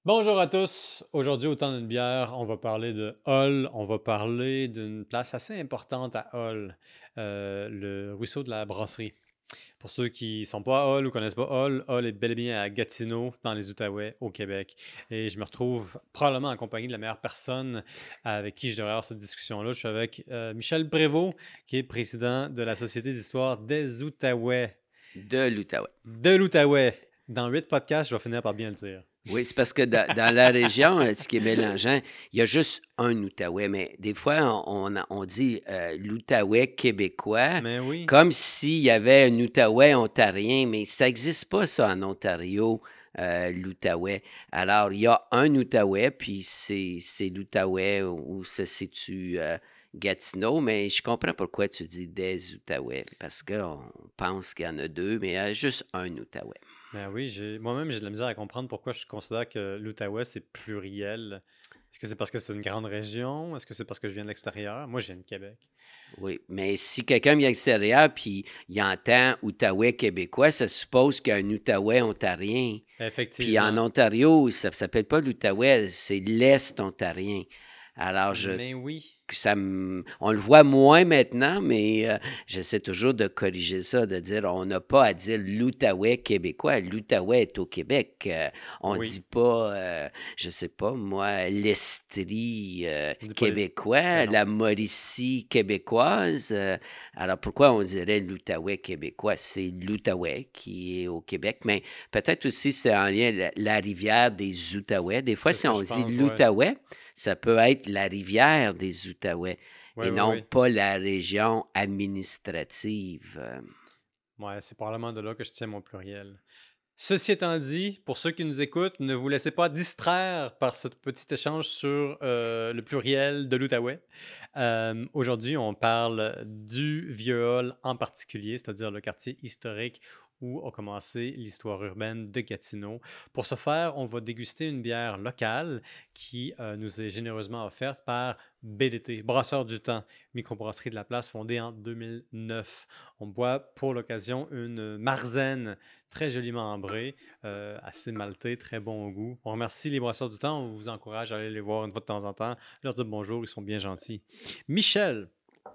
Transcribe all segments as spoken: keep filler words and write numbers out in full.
Bonjour à tous. Aujourd'hui, au temps d'une bière, on va parler de Hull. On va parler d'une place assez importante à Hull, euh, le ruisseau de la brasserie. Pour ceux qui ne sont pas à Hull ou connaissent pas Hull, Hull est bel et bien à Gatineau, dans les Outaouais, au Québec. Et je me retrouve probablement en compagnie de la meilleure personne avec qui je devrais avoir cette discussion-là. Je suis avec euh, Michel Prévost, qui est président de la Société d'histoire des Outaouais. De l'Outaouais. De l'Outaouais. Dans huit podcasts, je vais finir par bien le dire. Oui, c'est parce que dans, dans la région, euh, ce qui est mélangeant, il y a juste un Outaouais, mais des fois, on, on, on dit euh, l'Outaouais québécois, Mais oui. comme s'il y avait un Outaouais ontarien, mais ça n'existe pas, ça, en Ontario, euh, l'Outaouais. Alors, il y a un Outaouais, puis c'est, c'est l'Outaouais où se situe euh, Gatineau, mais je comprends pourquoi tu dis des Outaouais, parce qu'on pense qu'il y en a deux, mais il y a juste un Outaouais. Ben oui, j'ai moi-même, j'ai de la misère à comprendre pourquoi je considère que l'Outaouais, c'est pluriel. Est-ce que c'est parce que c'est une grande région? Est-ce que c'est parce que je viens de l'extérieur? Moi, je viens de Québec. Oui, mais si quelqu'un vient de l'extérieur puis il entend Outaouais québécois, ça suppose qu'il y a un Outaouais ontarien. Puis en Effectivement. Ontario, ça ne s'appelle pas l'Outaouais, c'est l'Est ontarien. Alors, je Mais oui. que ça me- on le voit moins maintenant, mais euh, j'essaie toujours de corriger ça, de dire on n'a pas à dire l'Outaouais québécois. L'Outaouais est au Québec. Euh, on Oui. dit pas, euh, je sais pas moi, l'Estrie euh, On dit pas les... Ben québécois, non. la Mauricie québécoise. Euh, alors pourquoi on dirait l'Outaouais québécois? C'est l'Outaouais qui est au Québec, mais peut-être aussi c'est en lien la, la rivière des Outaouais. Des fois, C'est ce si que on je dit pense, ouais. l'Outaouais, ça peut être la rivière des Outaouais Ouais, et ouais, non ouais. pas la région administrative. Euh, Ouais, c'est probablement de là que je tiens mon pluriel. Ceci étant dit, pour ceux qui nous écoutent, ne vous laissez pas distraire par ce petit échange sur euh, le pluriel de l'Outaouais. Euh, aujourd'hui, on parle du Vieux-Hall en particulier, c'est-à-dire le quartier historique où a commencé l'histoire urbaine de Gatineau. Pour ce faire, on va déguster une bière locale qui euh, nous est généreusement offerte par B D T, Brasseur du Temps, microbrasserie de la place fondée en deux mille neuf. On boit pour l'occasion une Marzen très joliment ambrée, euh, assez maltais, très bon au goût. On remercie les Brasseurs du Temps, on vous encourage à aller les voir une fois de temps en temps, leur dire bonjour, ils sont bien gentils. Michel,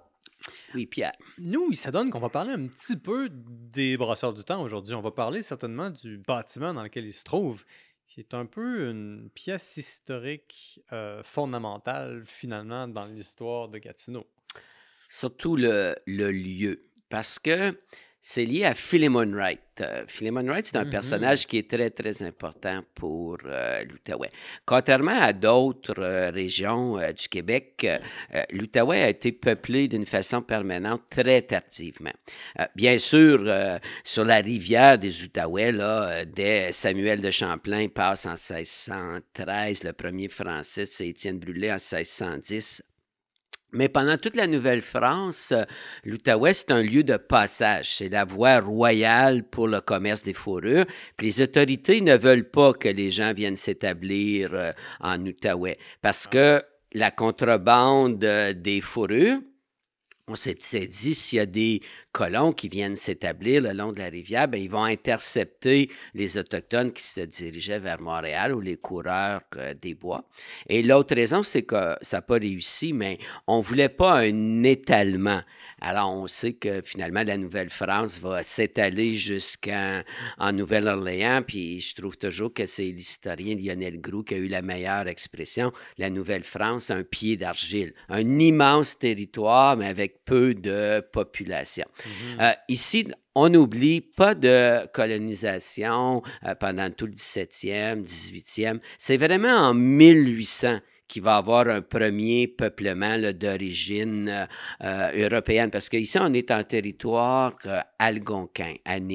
oui, Pierre. nous, ça donne qu'on va parler un petit peu des Brasseurs du Temps aujourd'hui. On va parler certainement du bâtiment dans lequel ils se trouvent, qui est un peu une pièce historique euh, fondamentale finalement dans l'histoire de Gatineau. Surtout le, le lieu, parce que c'est lié à Philemon Wright. Euh, Philemon Wright, c'est un Mhm. personnage qui est très, très important pour euh, l'Outaouais. Contrairement à d'autres euh, régions euh, du Québec, euh, euh, l'Outaouais a été peuplé d'une façon permanente très tardivement. Euh, bien sûr, euh, sur la rivière des Outaouais, là, euh, dès Samuel de Champlain passe en seize cent treize, le premier Français, c'est Étienne Brûlé en seize cent dix. Mais pendant toute la Nouvelle-France, euh, l'Outaouais, c'est un lieu de passage. C'est la voie royale pour le commerce des fourrures. Puis les autorités ne veulent pas que les gens viennent s'établir euh, en Outaouais parce Ah. que la contrebande euh, des fourrures, on s'est dit, s'il y a des colons qui viennent s'établir le long de la rivière, bien, ils vont intercepter les Autochtones qui se dirigeaient vers Montréal ou les coureurs euh, des bois. Et l'autre raison, c'est que ça n'a pas réussi, mais on ne voulait pas un étalement. Alors, on sait que finalement, la Nouvelle-France va s'étaler jusqu'en en Nouvelle-Orléans, puis je trouve toujours que c'est l'historien Lionel Groux qui a eu la meilleure expression. La Nouvelle-France, un pied d'argile, un immense territoire, mais avec peu de population. Mhm. Euh, ici, on n'oublie pas de colonisation euh, pendant tout le dix-septième, dix-huitième. C'est vraiment en mille huit cents qu'il va y avoir un premier peuplement là, d'origine euh, euh, européenne, parce qu'ici, on est en territoire euh, algonquin,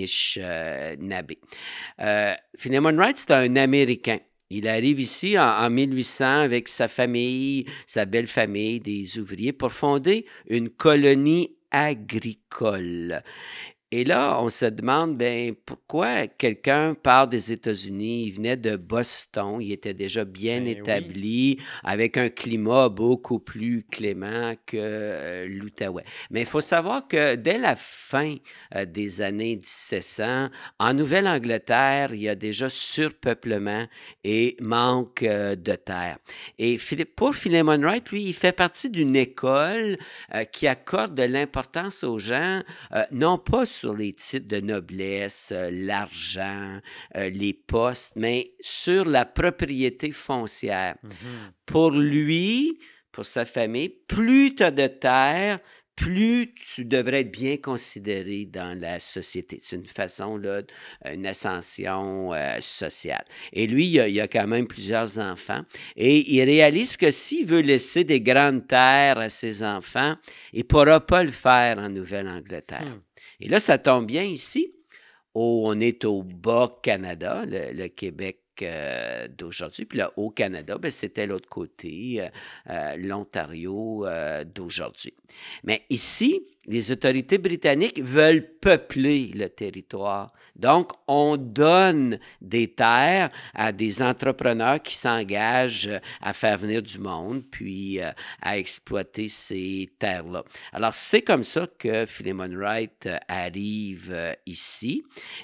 Anishinaabe. Euh, Philemon Wright, c'est un Américain. Il arrive ici en, en mille huit cents avec sa famille, sa belle famille, des ouvriers, pour fonder une colonie agricole. Et là, on se demande, ben, pourquoi quelqu'un part des États-Unis, il venait de Boston, il était déjà bien Ben oui. établi, avec un climat beaucoup plus clément que euh, l'Outaouais. Mais il faut savoir que dès la fin euh, des années mille sept cents, en Nouvelle-Angleterre, il y a déjà surpeuplement et manque euh, de terre. Et Philippe- pour Philemon Wright, lui, il fait partie d'une école euh, qui accorde de l'importance aux gens, euh, non pas sur les titres de noblesse, euh, l'argent, euh, les postes, mais sur la propriété foncière. Mhm. Pour lui, pour sa famille, plus tu as de terre, plus tu devrais être bien considéré dans la société. C'est une façon, là, une ascension euh, sociale. Et lui, il a, il a quand même plusieurs enfants. Et il réalise que s'il veut laisser des grandes terres à ses enfants, il ne pourra pas le faire en Nouvelle-Angleterre. Hmm. Et là, ça tombe bien ici. Au- on est au Bas-Canada, le, le Québec euh, d'aujourd'hui. Puis le Haut-Canada, ben, c'était l'autre côté, euh, euh, l'Ontario euh, d'aujourd'hui. Mais ici, les autorités britanniques veulent peupler le territoire. Donc, on donne des terres à des entrepreneurs qui s'engagent à faire venir du monde, puis euh, à exploiter ces terres-là. Alors, c'est comme ça que Philemon Wright euh, arrive euh, ici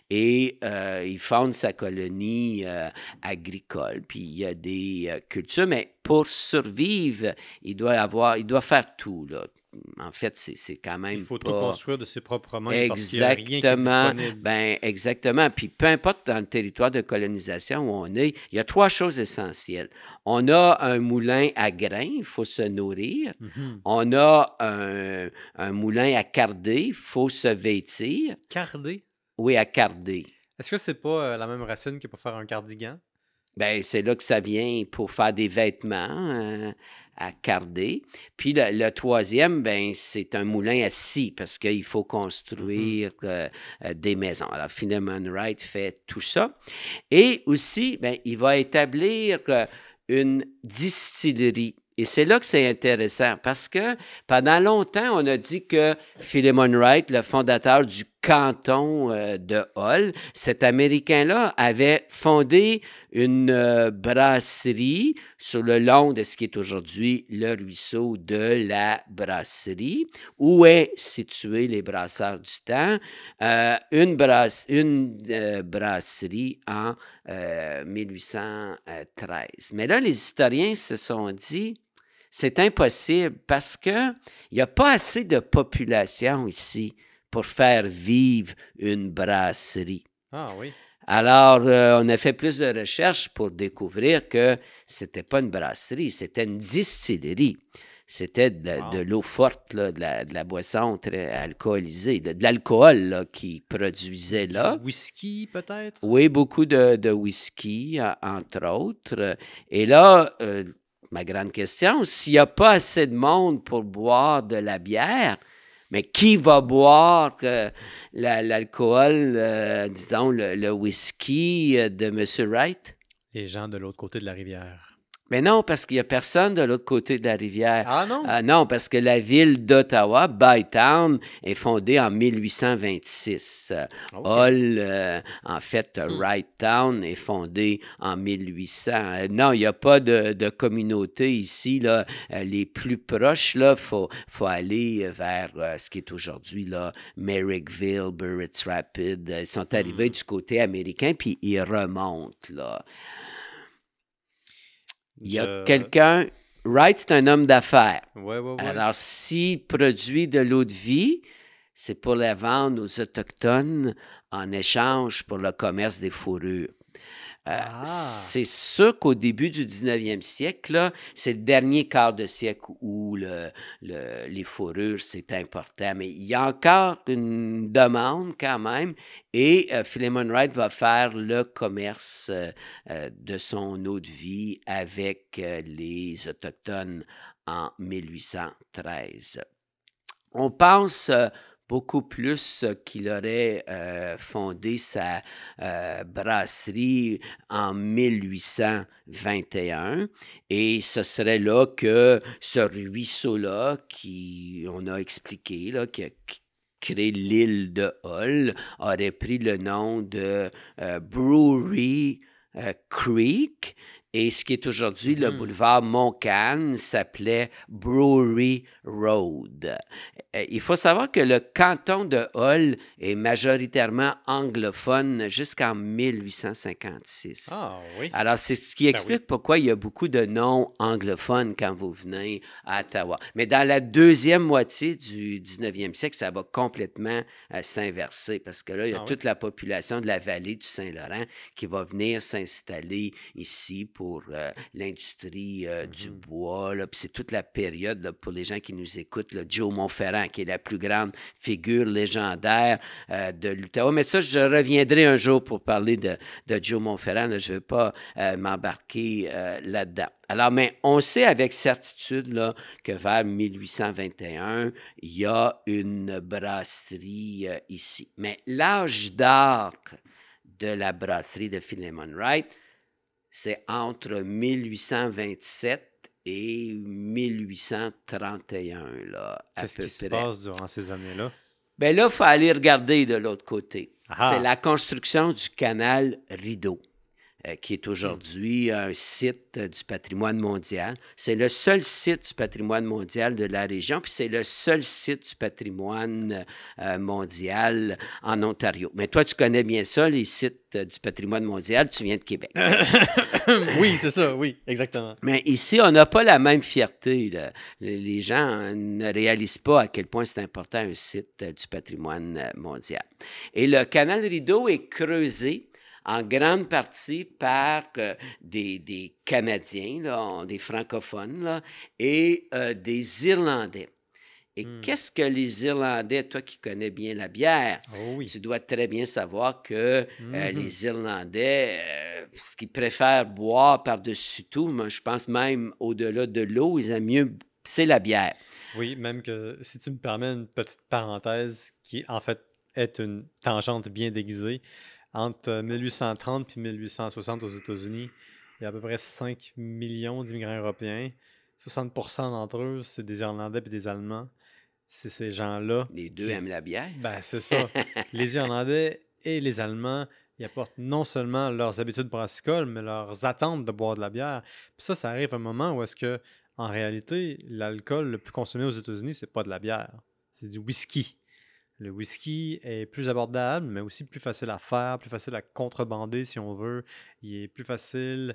et euh, il fonde sa colonie euh, agricole, puis il y a des euh, cultures, mais pour survivre, il doit avoir, il doit faire tout, là. En fait, c'est, c'est quand Il même faut tout pas... construire de ses propres mains parce qu'il n'y a rien qui est Exactement. disponible. Ben, exactement. Puis peu importe dans le territoire de colonisation où on est, il y a trois choses essentielles. On a un moulin à grains, il faut se nourrir. Mhm. On a un, un moulin à carder, il faut se vêtir. Carder? Oui, à carder. Est-ce que c'est pas euh, la même racine que pour faire un cardigan? Ben, c'est là que ça vient pour faire des vêtements euh, à carder. Puis le, le troisième, ben, c'est un moulin à scie parce qu'il faut Mhm. construire euh, euh, des maisons. Alors, Philemon Wright fait tout ça. Et aussi, ben, il va établir euh, une distillerie. Et c'est là que c'est intéressant parce que pendant longtemps, on a dit que Philemon Wright, le fondateur du canton euh, de Hull, cet Américain-là avait fondé une euh, brasserie sur le long de ce qui est aujourd'hui le ruisseau de la Brasserie, où est situé les brasseurs du temps, euh, une, brasse, une euh, brasserie en euh, mille huit cent treize. Mais là, les historiens se sont dit, c'est impossible parce qu'il n'y a pas assez de population ici pour faire vivre une brasserie. Ah oui. Alors, euh, on a fait plus de recherches pour découvrir que c'était pas une brasserie, c'était une distillerie. C'était de, Wow. de l'eau forte, là, de, la, de la boisson très alcoolisée, de, de l'alcool là, qui produisait Du là. whisky, peut-être? Oui, beaucoup de, de whisky, euh, entre autres. Et là, euh, ma grande question, s'il n'y a pas assez de monde pour boire de la bière, mais qui va boire euh, la- l'alcool, euh, disons, le, le whisky euh, de M. Wright? Les gens de l'autre côté de la rivière. Mais non, parce qu'il n'y a personne de l'autre côté de la rivière. Ah non? Euh, non, parce que la ville d'Ottawa, Bytown, est fondée en mille huit cent vingt-six. Euh, OK. Hull, euh, en fait, euh, Hmm. Wright Town est fondée en mille huit cents. Euh, non, il n'y a pas de, de communauté ici. Là. Euh, les plus proches, il faut, faut aller vers euh, ce qui est aujourd'hui là, Merrickville, Burritts Rapids. Ils sont arrivés Hmm. du côté américain, puis ils remontent, là. Il y a Je... quelqu'un. Wright, c'est un homme d'affaires. Ouais, ouais, ouais. Alors, s'il produit de l'eau de vie, c'est pour la vendre aux Autochtones en échange pour le commerce des fourrures. Euh, Ah! c'est sûr qu'au début du dix-neuvième siècle, là, c'est le dernier quart de siècle où le, le- les fourrures, c'est important. Mais il y a encore une demande quand même. Et euh, Philemon Wright va faire le commerce euh, euh, de son eau de vie avec euh, les Autochtones en mille huit cent treize. On pense euh, beaucoup plus euh, qu'il aurait euh, fondé sa euh, brasserie en mille huit cent vingt et un et ce serait là que ce ruisseau-là, qui on a expliqué, là, qui, qui créé l'île de Hull, aurait pris le nom de euh, Brewery euh, Creek. Et ce qui est aujourd'hui le Mhm. boulevard Montcalm s'appelait Brewery Road. Euh, Il faut savoir que le canton de Hull est majoritairement anglophone jusqu'en mille huit cent cinquante-six. Ah oui. Alors, c'est ce qui Ben oui. explique pourquoi il y a beaucoup de noms anglophones quand vous venez à Ottawa. Mais dans la deuxième moitié du dix-neuvième siècle, ça va complètement euh, s'inverser parce que là, il y a Ah oui. toute la population de la vallée du Saint-Laurent qui va venir s'installer ici pour euh, l'industrie euh, du Mhm. bois. Là. Puis c'est toute la période, là, pour les gens qui nous écoutent, là, Joe Montferrand, qui est la plus grande figure légendaire euh, de l'Ottawa. Mais ça, je reviendrai un jour pour parler de, de Joe Montferrand. Là. Je ne veux pas euh, m'embarquer euh, là-dedans. Alors, mais on sait avec certitude là, que vers mille huit cent vingt et un, il y a une brasserie euh, ici. Mais l'âge d'or de la brasserie de Philemon Wright, c'est entre mille huit cent vingt-sept et mille huit cent trente et un, là, à Qu'est-ce peu qui se près. passe durant ces années-là? Bien là, il faut aller regarder de l'autre côté. C'est Ah. la construction du canal Rideau, euh, qui est Hmm. aujourd'hui un site euh, du patrimoine mondial. C'est le seul site du patrimoine mondial de la région, puis c'est le seul site du patrimoine euh, mondial en Ontario. Mais toi, tu connais bien ça, les sites euh, du patrimoine mondial, tu viens de Québec. Oui, c'est ça, oui, exactement. Mais ici, on n'a pas la même fierté. Là. Les les gens ne réalisent pas à quel point c'est important un site euh, du patrimoine euh, mondial. Et le canal Rideau est creusé en grande partie par euh, des, des Canadiens, là, des francophones, là, et euh, des Irlandais. Et Hmm. qu'est-ce que les Irlandais, toi qui connais bien la bière, Oh oui. tu dois très bien savoir que euh, Mhm. les Irlandais, euh, ce qu'ils préfèrent boire par-dessus tout, moi, je pense même au-delà de l'eau, ils aiment mieux, c'est la bière. Oui, même que si tu me permets une petite parenthèse qui en fait est une tangente bien déguisée, entre mille huit cent trente et mille huit cent soixante aux États-Unis, il y a à peu près cinq millions d'immigrants européens. soixante pour cent d'entre eux, c'est des Irlandais et des Allemands. C'est ces gens-là Les deux qui... aiment la bière. Ben, c'est ça. Les Irlandais et les Allemands, ils apportent non seulement leurs habitudes brassicoles, mais leurs attentes de boire de la bière. Puis ça, ça arrive à un moment où est-ce que, en réalité, l'alcool le plus consommé aux États-Unis, c'est pas de la bière, c'est du whisky. Le whisky est plus abordable, mais aussi plus facile à faire, plus facile à contrebander si on veut. Il est plus facile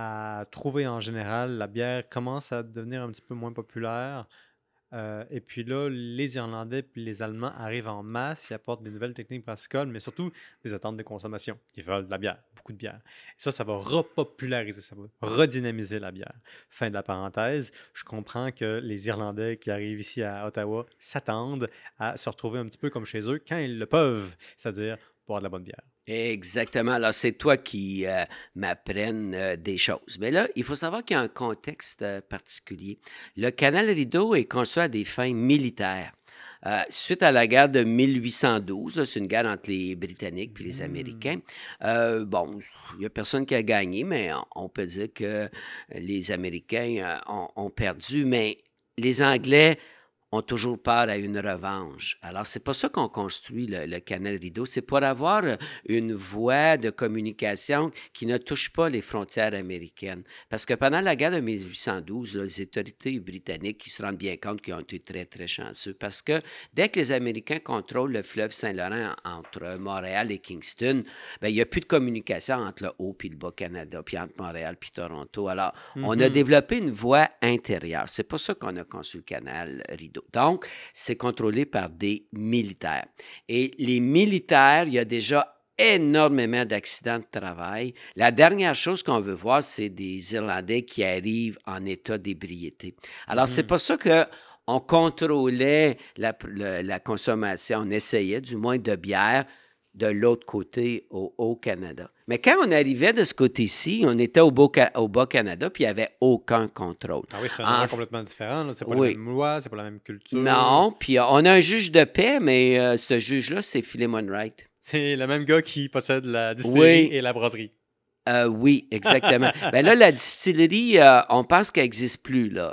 à trouver en général. La bière commence à devenir un petit peu moins populaire. Euh, et puis là, les Irlandais et les Allemands arrivent en masse, ils apportent des nouvelles techniques brassicoles, mais surtout des attentes de consommation. Ils veulent de la bière, beaucoup de bière. Et ça, ça va repopulariser, ça va redynamiser la bière. Fin de la parenthèse, je comprends que les Irlandais qui arrivent ici à Ottawa s'attendent à se retrouver un petit peu comme chez eux quand ils le peuvent, c'est-à-dire boire de la bonne bière. Exactement. Alors, c'est toi qui euh, m'apprennes euh, des choses. Mais là, il faut savoir qu'il y a un contexte euh, particulier. Le canal Rideau est construit à des fins militaires. Euh, suite à la guerre de mille huit cent douze, là, c'est une guerre entre les Britanniques et les Américains. Euh, bon, il n'y a personne qui a gagné, mais on, on peut dire que les Américains euh, ont, ont perdu, mais les Anglais ont toujours peur à une revanche. Alors, c'est pas ça qu'on construit le, le canal Rideau, c'est pour avoir une voie de communication qui ne touche pas les frontières américaines. Parce que pendant la guerre de mille huit cent douze, là, les autorités britanniques qui se rendent bien compte qu'ils ont été très, très chanceux. Parce que dès que les Américains contrôlent le fleuve Saint-Laurent entre Montréal et Kingston, bien, il n'y a plus de communication entre le Haut et le Bas-Canada, puis entre Montréal et Toronto. Alors, mm-hmm. on a développé une voie intérieure. C'est pas ça qu'on a conçu le canal Rideau. Donc, c'est contrôlé par des militaires. Et les militaires, il y a déjà énormément d'accidents de travail. La dernière chose qu'on veut voir, c'est des Irlandais qui arrivent en état d'ébriété. Alors, mm-hmm. c'est pas ça que on contrôlait la, la, la consommation, on essayait du moins de bière de l'autre côté au Haut-Canada. Mais quand on arrivait de ce côté-ci, on était au, au Bas-Canada, puis il n'y avait aucun contrôle. Ah oui, c'est un endroit complètement différent. Là. C'est pas oui. la même loi, c'est pas la même culture. Non, puis on a un juge de paix, mais euh, ce juge-là, c'est Philemon Wright. C'est le même gars qui possède la distillerie oui. et la brasserie. Euh, oui, exactement. Ben là, la distillerie, euh, on pense qu'elle n'existe plus, là.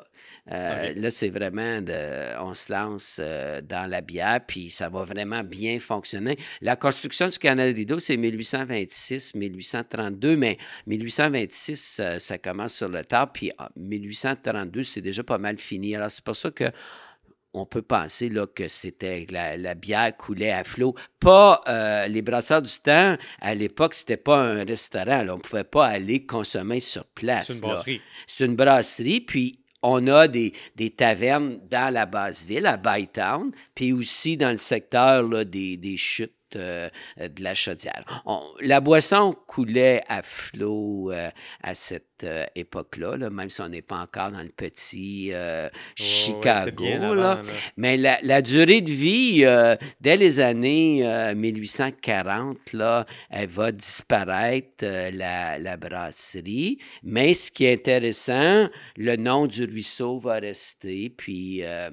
Euh, OK. là, c'est vraiment, de, on se lance euh, dans la bière, puis ça va vraiment bien fonctionner. La construction du canal Rideau, c'est mille huit cent vingt-six, mille huit cent trente-deux, mais mille huit cent vingt-six, euh, ça commence sur le tard, puis en mille huit cent trente-deux, c'est déjà pas mal fini. Alors, c'est pour ça que on peut penser là, que c'était la, la bière coulait à flot. Pas euh, les brasseurs du temps, à l'époque, c'était pas un restaurant. Là. On ne pouvait pas aller consommer sur C'est une place. Là. brasserie. C'est une brasserie, puis on a des, des tavernes dans la basse ville, à Bytown, puis aussi dans le secteur là, des, des chutes euh, de la Chaudière. On- la boisson coulait à flot euh, à cette euh, époque-là, là, même si on n'est pas encore dans le petit euh, Ouais, ouais, c'est bien Chicago, là. avant, là. Mais la, la durée de vie, euh, dès les années euh, mille huit cent quarante, là, elle va disparaître, euh, la, la brasserie. Mais ce qui est intéressant, le nom du ruisseau va rester. Puis, euh,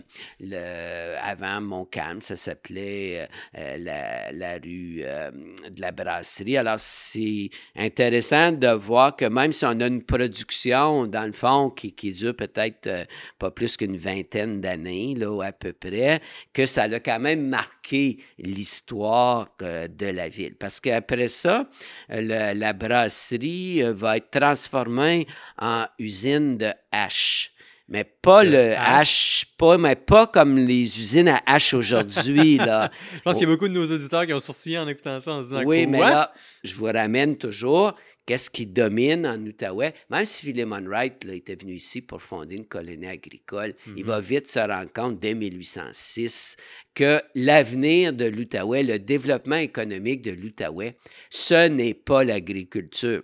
le, avant Montcalm, ça s'appelait euh, la, la rue euh, de la brasserie. Alors, c'est intéressant de voir que même si on a une production, dans le fond, qui, qui dure peut-être euh, pas plus qu'une vingtaine d'années, là, à peu près, que ça a quand même marqué l'histoire euh, de la ville. Parce qu'après ça, le- la brasserie euh, va être transformée en usine de hache. Mais pas De le hache. hache, pas, mais pas comme les usines à hache aujourd'hui, là. Je pense qu'il y a Oh, beaucoup de nos auditeurs qui ont sourcillé en écoutant ça en se disant oui, mais quoi? là, je vous ramène toujours qu'est-ce qui domine en Outaouais. Même si Philemon Wright là, était venu ici pour fonder une colonie agricole, il va Mhm. vite se rendre compte, dès mille huit cent six, que l'avenir de l'Outaouais, le développement économique de l'Outaouais, ce n'est pas l'agriculture.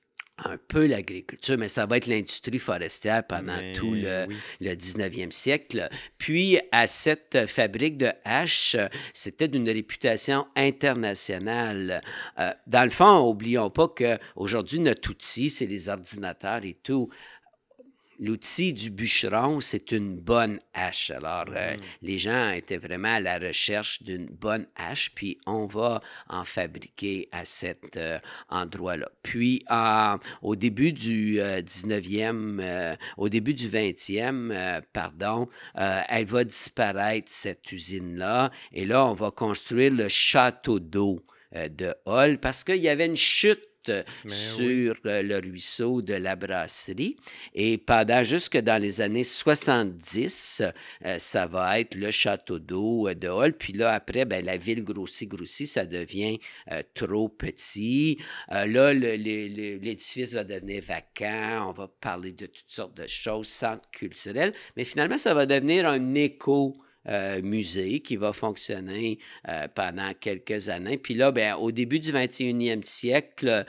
Un peu l'agriculture, mais ça va être l'industrie forestière pendant tout Mais le, oui. le dix-neuvième siècle. Puis, à cette fabrique de hache, c'était d'une réputation internationale. Euh, dans le fond, oublions pas qu'aujourd'hui, notre outil, c'est les ordinateurs et tout. L'outil du bûcheron, c'est une bonne hache. Alors, euh, Mhm. les gens étaient vraiment à la recherche d'une bonne hache, puis on va en fabriquer à cet euh, endroit-là. Puis, en- au début du euh, dix-neuvième, euh, au début du vingtième, euh, pardon, euh, elle va disparaître, cette usine-là, et là, on va construire le château d'eau euh, de Hall parce qu'il y avait une chute Mais oui. sur euh, le ruisseau de la brasserie. Et pendant jusque dans les années soixante-dix, euh, ça va être le château d'eau euh, de Hall. Puis là, après, ben, la ville grossit, grossit, ça devient euh, trop petit. Euh, là, le- le- le- l'édifice va devenir vacant. On va parler de toutes sortes de choses, centre culturel. Mais finalement, ça va devenir un éco. euh, musée qui va fonctionner euh, pendant quelques années. Puis là, ben, au début du vingt et unième siècle,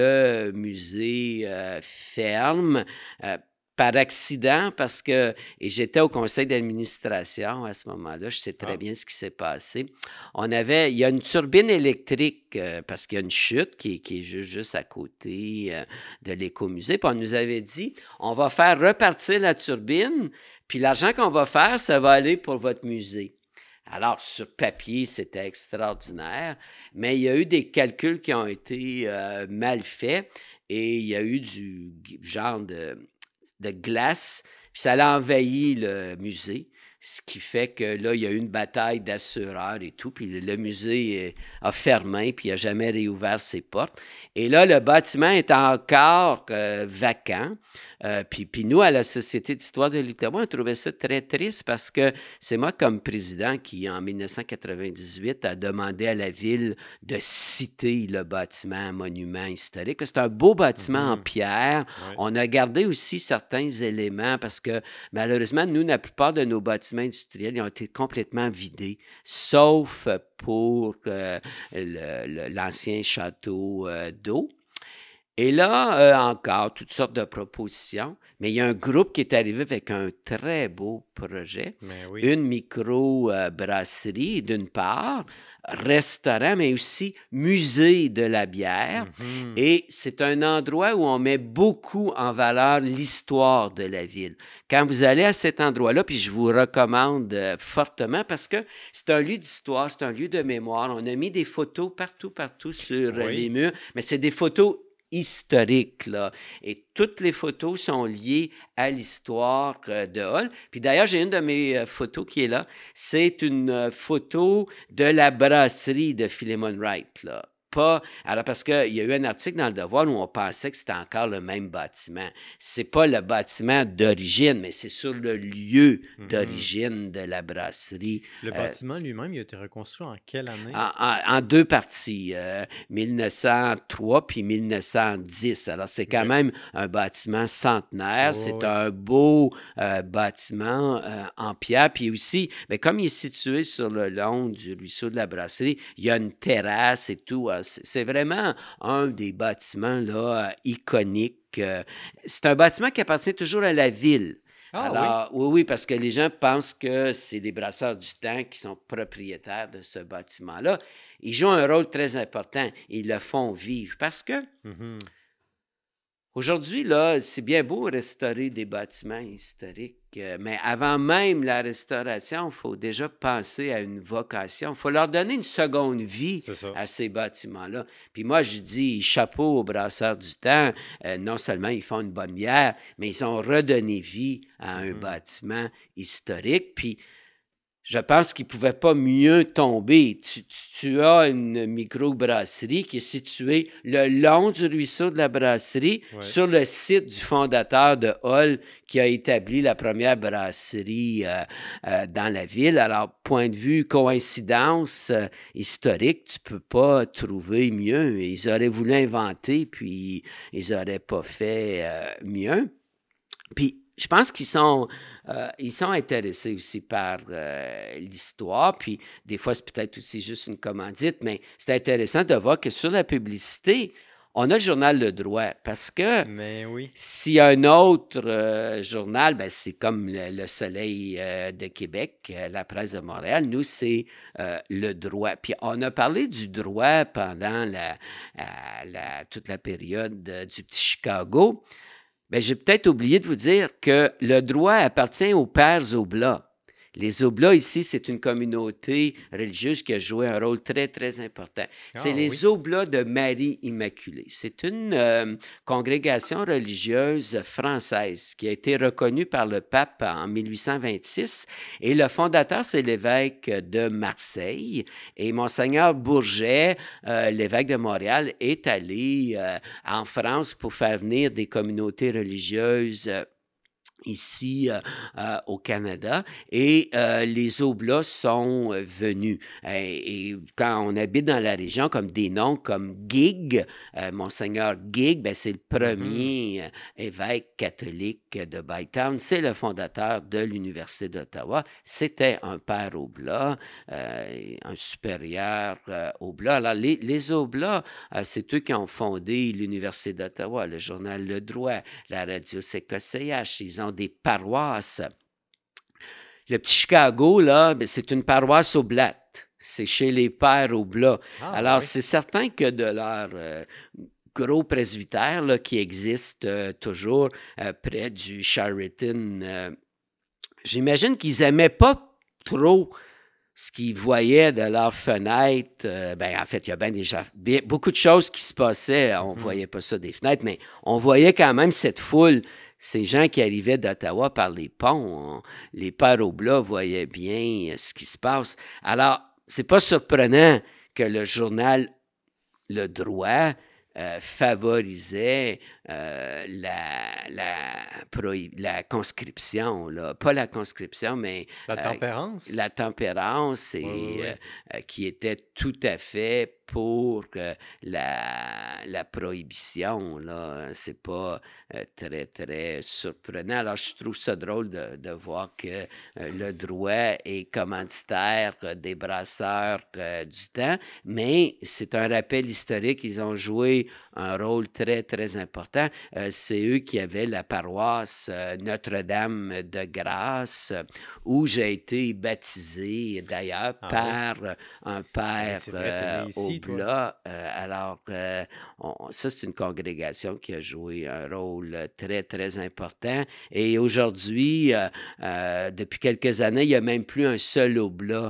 le musée euh, ferme. euh, par accident, parce que, et j'étais au conseil d'administration à ce moment-là, je sais très Ah. bien ce qui s'est passé. On avait, il y a une turbine électrique, euh, parce qu'il y a une chute qui, qui est juste, juste à côté euh, de l'écomusée, puis on nous avait dit, on va faire repartir la turbine, puis l'argent qu'on va faire, ça va aller pour votre musée. Alors, sur papier, c'était extraordinaire, mais il y a eu des calculs qui ont été euh, mal faits et il y a eu du genre de, de glace, puis ça a envahi le musée, ce qui fait que là, il y a eu une bataille d'assureurs et tout, puis le, le musée a fermé, puis il n'a jamais réouvert ses portes. Et là, le bâtiment est encore euh, vacant. Euh, puis, puis nous, à la Société d'histoire de l'Outaouais, on trouvait ça très triste parce que c'est moi, comme président, qui, en mille neuf cent quatre-vingt-dix-huit, a demandé à la ville de citer le bâtiment monument historique. Parce que c'est un beau bâtiment en Mhm. pierre. Ouais. On a gardé aussi certains éléments parce que, malheureusement, nous, la plupart de nos bâtiments industriels ils ont été complètement vidés, sauf pour euh, le- le- l'ancien château euh, d'eau. Et là, euh, encore, toutes sortes de propositions, mais il y a un groupe qui est arrivé avec un très beau projet, Mais oui. une micro-brasserie d'une part, restaurant, mais aussi musée de la bière. Mhm. Et c'est un endroit où on met beaucoup en valeur l'histoire de la ville. Quand vous allez à cet endroit-là, puis je vous recommande euh, fortement parce que c'est un lieu d'histoire, c'est un lieu de mémoire. On a mis des photos partout, partout sur euh, les Oui. murs, mais c'est des photos historique, là. Et toutes les photos sont liées à l'histoire euh, de Hull. Puis d'ailleurs, j'ai une de mes euh, photos qui est là. C'est une euh, photo de la brasserie de Philemon Wright, là. Pas, alors parce qu'il y a eu un article dans Le Devoir où on pensait que c'était encore le même bâtiment. C'est pas le bâtiment d'origine, mais c'est sur le lieu Mhm. d'origine de la brasserie. Le Euh, bâtiment lui-même, il a été reconstruit en quelle année? en, en- en deux parties, euh, mille neuf cent trois puis mille neuf cent dix. Alors, c'est quand Ok. même un bâtiment centenaire. Ouais, c'est ouais, ouais. un beau euh, bâtiment euh, en pierre. Puis aussi, mais comme il est situé sur le long du ruisseau de la Brasserie, il y a une terrasse et tout. Alors, c'est c'est vraiment un des bâtiments là, euh, iconiques. Euh, c'est un bâtiment qui appartient toujours à la ville. Ah oui? Alors, oui, oui, parce que les gens pensent que c'est les brasseurs du temps qui sont propriétaires de ce bâtiment-là. Ils jouent un rôle très important. Ils le font vivre parce que Mhm. aujourd'hui, là, c'est bien beau restaurer des bâtiments historiques, euh, mais avant même la restauration, il faut déjà penser à une vocation. Il faut leur donner une seconde vie C'est ça. à ces bâtiments-là. Puis moi, je dis chapeau aux brasseurs du temps. Euh, non seulement ils font une bonne bière, mais ils ont redonné vie à un Mhm. bâtiment historique. Puis je pense qu'il ne pouvait pas mieux tomber. Tu, tu- tu as une microbrasserie qui est située le long du ruisseau de la brasserie, Ouais. sur le site du fondateur de Hull qui a établi la première brasserie euh, euh, dans la ville. Alors, point de vue coïncidence euh, historique, tu ne peux pas trouver mieux. Ils auraient voulu inventer, puis ils n'auraient pas fait euh, mieux. Puis, je pense qu'ils sont, euh, ils sont intéressés aussi par euh, l'histoire. Puis, des fois, c'est peut-être aussi juste une commandite, mais c'est intéressant de voir que sur la publicité, on a le journal Le Droit. Parce que Mais oui. s'il y a un autre euh, journal, ben, c'est comme le, le Soleil euh, de Québec, euh, la Presse de Montréal. Nous, c'est euh, Le Droit. Puis, on a parlé du droit pendant la, euh, la- toute la période euh, du petit Chicago. Bien, j'ai peut-être oublié de vous dire que le droit appartient aux Pères Oblats. Les Oblats, ici, c'est une communauté religieuse qui a joué un rôle très, très important. C'est Ah les oui. Oblats de Marie Immaculée. C'est une euh, congrégation religieuse française qui a été reconnue par le pape en mille huit cent vingt-six. Et le fondateur, c'est l'évêque de Marseille. Et Monseigneur Bourget, euh, l'évêque de Montréal, est allé euh, en France pour faire venir des communautés religieuses euh, ici euh, euh, au Canada et euh, les Oblats sont euh, venus. Et, et quand on habite dans la région, comme des noms comme Gig, euh, Monseigneur Gig, ben, c'est le Mhm. premier euh, évêque catholique de Bytown. C'est le fondateur de l'Université d'Ottawa. C'était un père Oblat, euh, un supérieur euh, Oblat. Alors, les, les Oblats, euh, c'est eux qui ont fondé l'Université d'Ottawa, le journal Le Droit, la radio C K C H. Ils ont des paroisses. Le petit Chicago, là, ben, c'est une paroisse oblate. C'est chez les pères Oblats. Ah Alors, oui. c'est certain que de leur euh, gros presbytère là, qui existe euh, toujours euh, près du Chariton, euh, j'imagine qu'ils n'aimaient pas trop ce qu'ils voyaient de leur fenêtre. Euh, ben, en fait, il y a bien déjà bien, beaucoup de choses qui se passaient. On ne Mhm. voyait pas ça des fenêtres, mais on voyait quand même cette foule. Ces gens qui arrivaient d'Ottawa par les ponts, on- les pères Oblats voyaient bien euh, ce qui se passe. Alors, c'est pas surprenant que le journal Le Droit euh, favorisait euh, la, la, prohi- la conscription, là. Pas la conscription, mais La euh, tempérance? la tempérance et, Oui, oui, oui. euh, euh, qui était tout à fait pour euh, la, la prohibition. Là. C'est pas euh, très, très surprenant. Alors, je trouve ça drôle de, de voir que euh, le droit est commanditaire euh, des brasseurs euh, du temps, mais c'est un rappel historique. Ils ont joué un rôle très, très important. Euh, c'est eux qui avaient la paroisse euh, Notre-Dame de Grâce, euh, où j'ai été baptisé d'ailleurs Ah oui. par euh, un Ben, père c'est vrai, t'es euh, né ici, toi. Oblat. Euh, alors, euh, on- ça, c'est une congrégation qui a joué un rôle euh, très, très important. Et aujourd'hui, euh, euh, depuis quelques années, il n'y a même plus un seul Oblat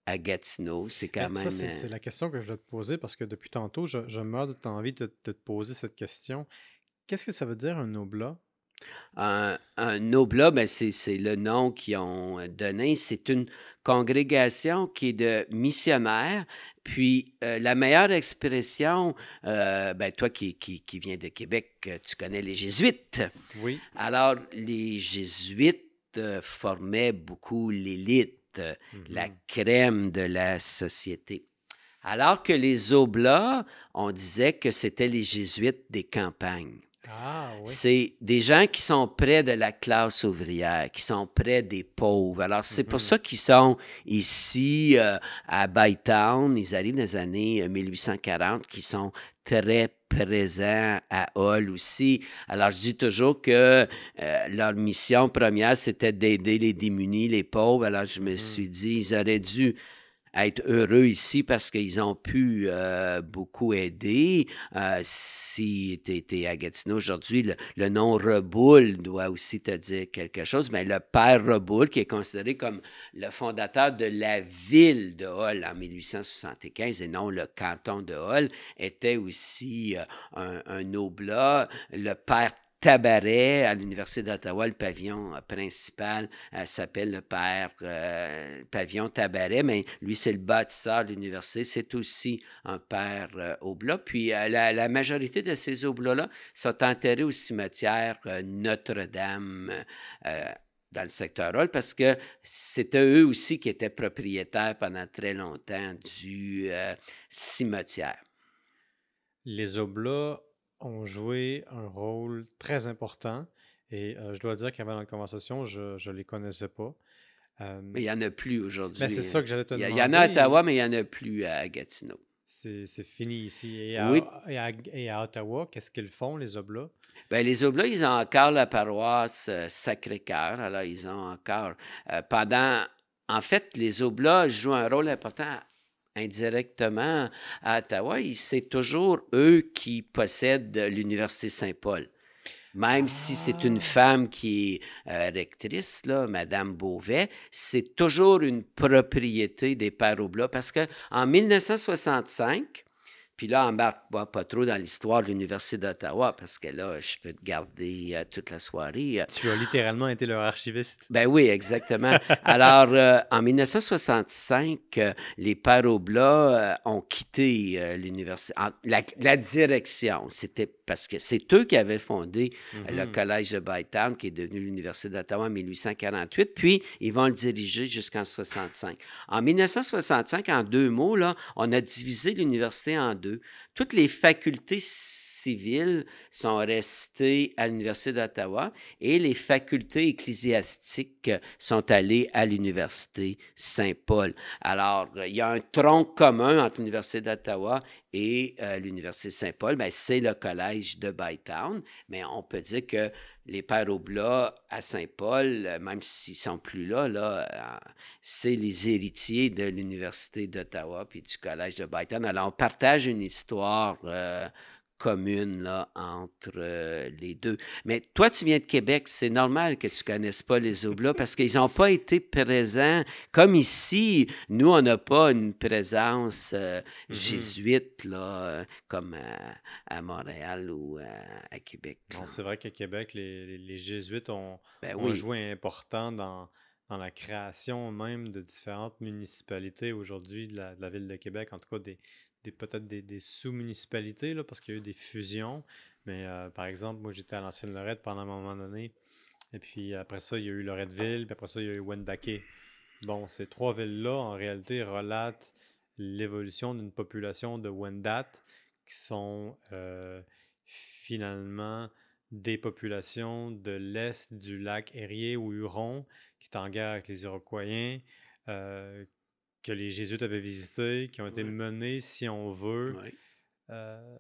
à Gatineau. C'est quand Ben, ça, même... c'est euh, c'est la question que je voulais te poser parce que depuis tantôt, je, je meurs de envie de, de te poser cette question. Qu'est-ce que ça veut dire un oblat? Un, un oblat, ben c'est, c'est le nom qu'ils ont donné. C'est une congrégation qui est de missionnaires. Puis euh, la meilleure expression, euh, ben toi qui, qui, qui viens de Québec, euh, tu connais les Jésuites. Oui. Alors, les Jésuites euh, formaient beaucoup l'élite, euh, la Mhm. crème de la société. Alors que les Oblats, on disait que c'était les Jésuites des campagnes. Ah oui. C'est des gens qui sont près de la classe ouvrière, qui sont près des pauvres. Alors, c'est pour Mhm. ça qu'ils sont ici euh, à Bytown. Ils arrivent dans les années euh, mille huit cent quarante, qui sont très présents à Hull aussi. Alors, je dis toujours que euh, leur mission première, c'était d'aider les démunis, les pauvres. Alors, je me Mhm. suis dit, ils auraient dû être heureux ici parce qu'ils ont pu euh, beaucoup aider. Euh, si tu étais à Gatineau aujourd'hui, le, le nom Reboul doit aussi te dire quelque chose. Mais le père Reboul, qui est considéré comme le fondateur de la ville de Hull en mille huit cent soixante-quinze et non le canton de Hull, était aussi euh, un, un oblat. Le père Tabaret à l'Université d'Ottawa, le pavillon euh, principal euh, s'appelle le père euh, pavillon Tabaret, mais lui, c'est le bâtisseur de l'université. C'est aussi un père euh, oblat. Puis euh, la, la majorité de ces oblats-là sont enterrés au cimetière euh, Notre-Dame euh, dans le secteur Hull parce que c'était eux aussi qui étaient propriétaires pendant très longtemps du euh, cimetière. Les Oblats ont joué un rôle très important et euh, je dois dire qu'avant la conversation, je ne les connaissais pas. Mais il Euh, n'y en a plus mais c'est aujourd'hui. ça que j'allais te Il y, il y en a à Ottawa, demander. mais il n'y en a plus à Gatineau. C'est c'est fini ici. Et Oui, à, et à, et à Ottawa, qu'est-ce qu'ils font, les Oblats? ben les Oblats, ils ont encore la paroisse euh, Sacré-Cœur. Alors, ils ont encore, euh, pendant, en fait, les Oblats jouent un rôle important indirectement à Ottawa. Et c'est toujours eux qui possèdent l'Université Saint-Paul. Même si c'est une Ah! femme qui est euh, rectrice, là, Madame Beauvais, c'est toujours une propriété des Pères Oblats parce qu'en mille neuf cent soixante-cinq, puis là, embarque pas, pas trop dans l'histoire de l'Université d'Ottawa parce que là, je peux te garder euh, toute la soirée. Tu as littéralement été leur archiviste. Ben oui, exactement. Alors, euh, en mille neuf cent soixante-cinq, euh, les Pères Oblats euh, ont quitté euh, l'université. En- La, la direction, c'était parce que c'est eux qui avaient fondé euh, le Mhm. Collège de Bytown, qui est devenu l'Université d'Ottawa en mille huit cent quarante-huit, puis ils vont le diriger jusqu'en soixante-cinq. En mille neuf cent soixante-cinq, en deux mots, là, on a divisé l'université en deux. Toutes les facultés civiles sont restées à l'Université d'Ottawa et les facultés ecclésiastiques sont allées à l'Université Saint-Paul. Alors, il y a un tronc commun entre l'Université d'Ottawa et euh, l'Université Saint-Paul, ben, c'est le collège de Bytown, mais on peut dire que les Pères Oblats à Saint-Paul, même s'ils ne sont plus là, là euh, c'est les héritiers de l'Université d'Ottawa puis du collège de Bytown. Alors, on partage une histoire euh, commune là, entre euh, les deux. Mais toi, tu viens de Québec, c'est normal que tu ne connaisses pas les Oblats parce qu'ils n'ont pas été présents. Comme ici, nous, on n'a pas une présence euh, Mhm. jésuite là, euh, comme à, à Montréal ou à, à Québec. Non, Là. c'est vrai qu'à Québec, les, les- les Jésuites ont, Ben ont oui, joué important dans, dans la création même de différentes municipalités aujourd'hui de la, de la ville de Québec, en tout cas des, des- peut-être des, des sous-municipalités, là, parce qu'il y a eu des fusions. Mais euh, par exemple, moi j'étais à l'ancienne Lorette pendant un moment donné, et puis après ça, il y a eu Loretteville, puis après ça, il y a eu Wendake. Bon, ces trois villes-là, en réalité, relatent l'évolution d'une population de Wendat qui sont euh, finalement des populations de l'est du lac Erie ou Huron qui est en guerre avec les Iroquois, euh, que les Jésuites avaient visités, qui ont été ouais, menés, si on veut, ouais. euh,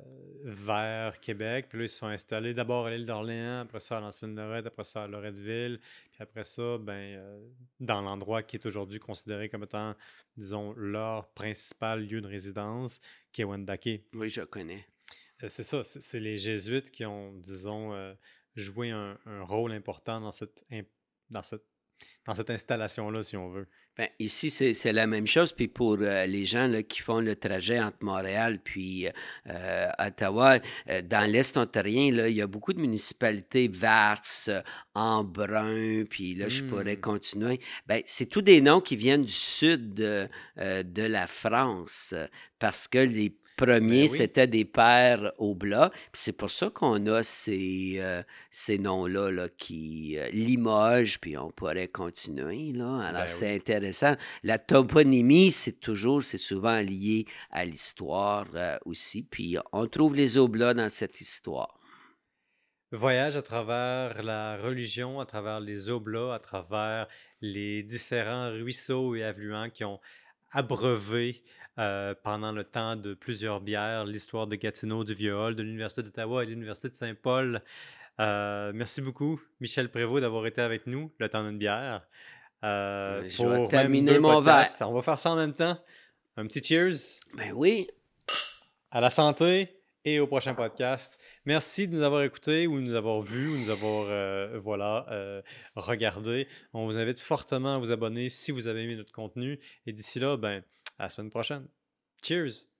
vers Québec. Puis là, ils se sont installés d'abord à l'île d'Orléans, après ça à l'ancienne-Lorette, après ça à Loretteville, puis après ça, ben, euh, dans l'endroit qui est aujourd'hui considéré comme étant, disons, leur principal lieu de résidence, qui est Wendake. Oui, je connais. Euh, c'est ça, c'est c'est les Jésuites qui ont, disons, euh, joué un, un rôle important dans cette, imp- dans cette dans cette installation-là, si on veut. Ben, ici, c'est c'est la même chose. Puis pour euh, les gens là, qui font le trajet entre Montréal puis euh, Ottawa, euh, dans l'Est ontarien, là, il y a beaucoup de municipalités vertes, euh, Embrun, puis là, je pourrais Hmm. continuer. Ben, c'est tous des noms qui viennent du sud de, euh, de la France, euh, parce que les Ben premiers, oui. c'était des pères Aublats. Puis c'est pour ça qu'on a ces, euh, ces noms-là là, qui euh, Limoges, puis on pourrait continuer. Là. Alors, Ben c'est oui. intéressant. La toponymie, c'est toujours, c'est souvent lié à l'histoire euh, aussi. Puis on trouve les Oblats dans cette histoire. Voyage à travers la religion, à travers les oblats, à travers les différents ruisseaux et affluents qui ont abreuvé euh, pendant le temps de plusieurs bières l'histoire de Gatineau, du Vieux-Hall, de l'Université d'Ottawa et de l'Université de Saint-Paul. Euh, merci beaucoup, Michel Prévost, d'avoir été avec nous le temps d'une bière. Euh, Euh, Je vais pour même terminer deux mon verre. podcasts. On va faire ça en même temps. Un petit cheers. Ben oui. À la santé et au prochain podcast. Merci de nous avoir écoutés ou de nous avoir vus ou de nous avoir euh, voilà, euh, regardés. On vous invite fortement à vous abonner si vous avez aimé notre contenu. Et d'ici là, ben, à la semaine prochaine. Cheers!